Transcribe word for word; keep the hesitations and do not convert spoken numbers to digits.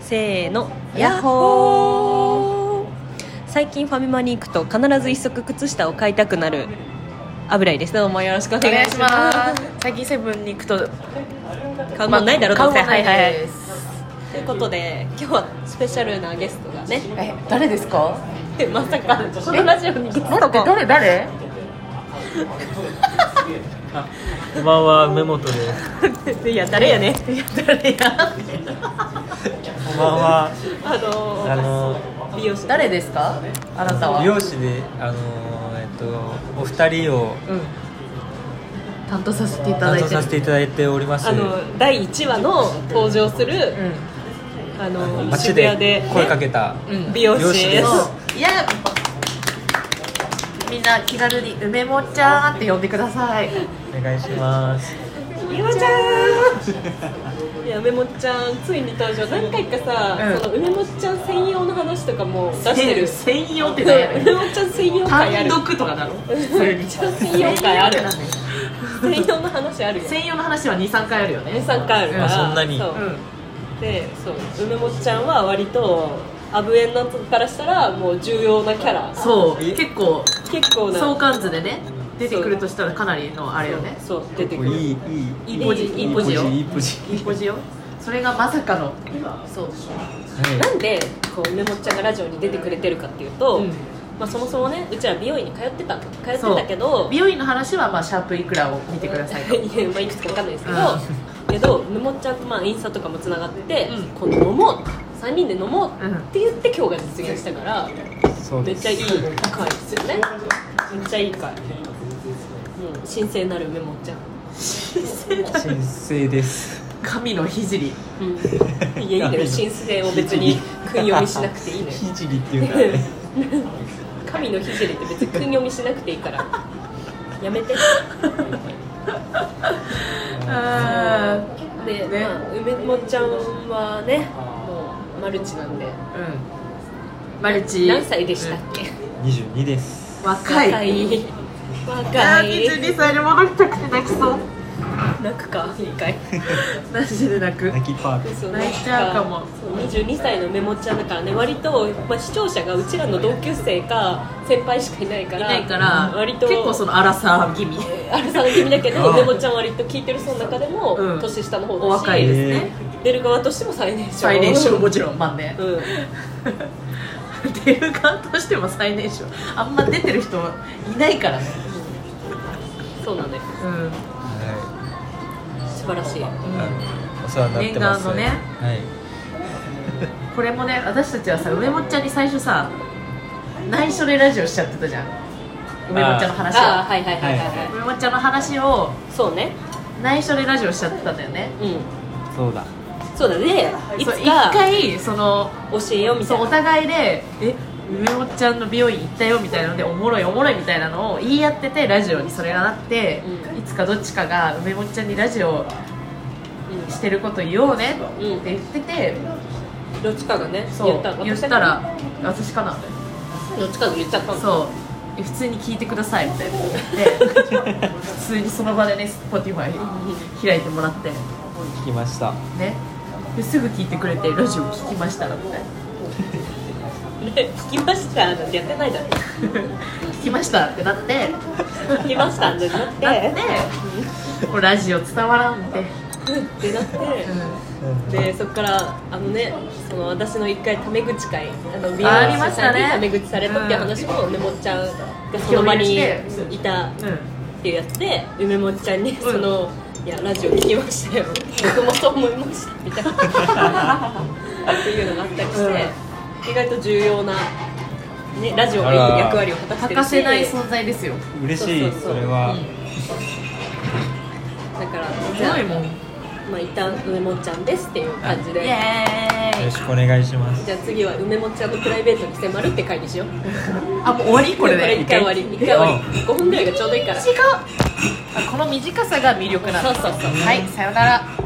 せーの、ヤッホー。最近ファミマに行くと必ず一足靴下を買いたくなる油井です。どうもよろしくお願いします。 最近セブンに行くと買うもんないだろうと、 まあ、買うもんないです、 はいはいはい、ということで今日はスペシャルなゲストがね。 え誰ですか？ えまさかこのラジオにゲストが誰誰こんばんは、梅本です。 いや誰やねんいや誰やこんばんは。 あのー、 あの美容師誰ですか？あなたは美容師で、あのえっとお二人をうん担当させていただいて担当させていただいております。 あのだいいちわの登場する、 うんあの街渋谷でで声かけたうん美容師で美容師ですす。 いやみんな気軽に梅もちゃんって呼んでください。 お願いします。 梅もちゃんいや梅もちゃんついに登場。何回かさ、 うんその梅もちゃん専用の話とかも出してる。 専用って何やねん梅もちゃん専用会ある。 単独とかだろ梅もちゃん専用会ある。専用の話あるよ。 専用の話は にさんかいあるよね。 にさんかいあるから、 うんそんなにそううんでそう梅もちゃんは割とアブエンのからしたらもう重要なキャラ。 そうえ結構結構な相関図でね出てくるとしたらかなりのあれよね。 そう出てくる。 いいいいいいポジいいいいポジよいいポジ。 いいポジよ。それがまさかのそうはい。 なんでこう梅もちゃんがラジオに出てくれてるかっていうと、 うんまあ、そもそもねうちら美容院に通ってた通ってそうたけど美容院の話はまあシャープいくらを見てくださいと。 いやまあいくつかわかんないですけど、 うんけど梅もちゃんとまあインスタとかもつながってて、 うんこの飲もうさんにんで飲もううんって言って今日が実現したから、 そうです。 めっちゃいい回ですよね。めっちゃいい回。もう神聖なる梅もちゃん。 神聖です。 神の聖。 うん、いやいいんだよ。神聖を別に訓読みしなくていいのよ。 ひじりっていうかね。 神の聖って別に訓読みしなくていいからやめて。 あーで、 ねまあ、梅もちゃんはねもうマルチなんで。 うんマルチ何歳でしたっけ？ 二十二です。 若い若いあ若ーいにじゅうにさいに戻りたくて泣きそう。 泣くか一回。 マジで泣く。 泣きパーティー。 そう泣いちゃうかも。 そうにじゅうにさいのメモちゃんだからね割と、まあ、視聴者がうちらの同級生か先輩しかいないからいないから割と結構その荒さ気味あれさん気味だけどメモちゃん割と聞いてるその中でもうん年下の方だし、 お若いですね。 出る側としても最年少。 最年少もちろんまんね。 うん出る側としても最年少。あんま出てる人いないからね。 そうなんだよ。 うんは素晴らしい。 い。お世話になってます。 念願のねはい。 これもね私たちはさ梅もっちゃんに最初さ内緒でラジオしちゃってたじゃん。梅もっちゃんの話をああはいはいはいはい、はい梅もっちゃんの話をそうね。 内緒でラジオしちゃってたんだよね。 うんそうだ。 そうだね。いつそう一か回その教えようみたそうおいな。 互いでえ梅もっちゃんの美容院行ったよみたいなのでおもろいおもろいみたいなのを言い合っててラジオにそれがなって、 うんいつかどっちかが梅もっちゃんにラジオしてること言おうねって言ってて、 どっちかがねそう言った言ったら私かなどっちかが言っちゃったの。 そうえ普通に聞いてくださいみたいなこと言って普通にその場でね Spotify 開いてもらって聞きました。 ねですぐ聞いてくれてラジオ聞きましたみたいなね聞きましたなんてやってないだろ。 聞きましたってなって聞きましたってなってなってもうラジオ伝わらんって、 ってなってでそっからあのねその私の一回タメ口会あの美容あり師ましたねさんにタメ口されたっていう話も梅もっちゃんがその場にいたうんっていうやつで梅もっちゃんにその、いやラジオ聞きましたよ僕もそう思いましたみたいなっていうのがあったりして、意外と重要な、ね、ラジオがいい役割を果たしてるし欠かせない存在ですよ。 嬉しい。 そうそうそうそれは。 だからすじゃあごいもん。 まあ、一旦梅もっちゃんですっていう感じでイエーイよろしくお願いします。 じゃあ次は梅もっちゃんのプライベートに迫るって回にしよう。 あもう終わりこれで一回終わり一回終わりごふんぐらいがちょうどいいから。 短っあこの短さが魅力なんだ。 そうそうそうはいさよなら。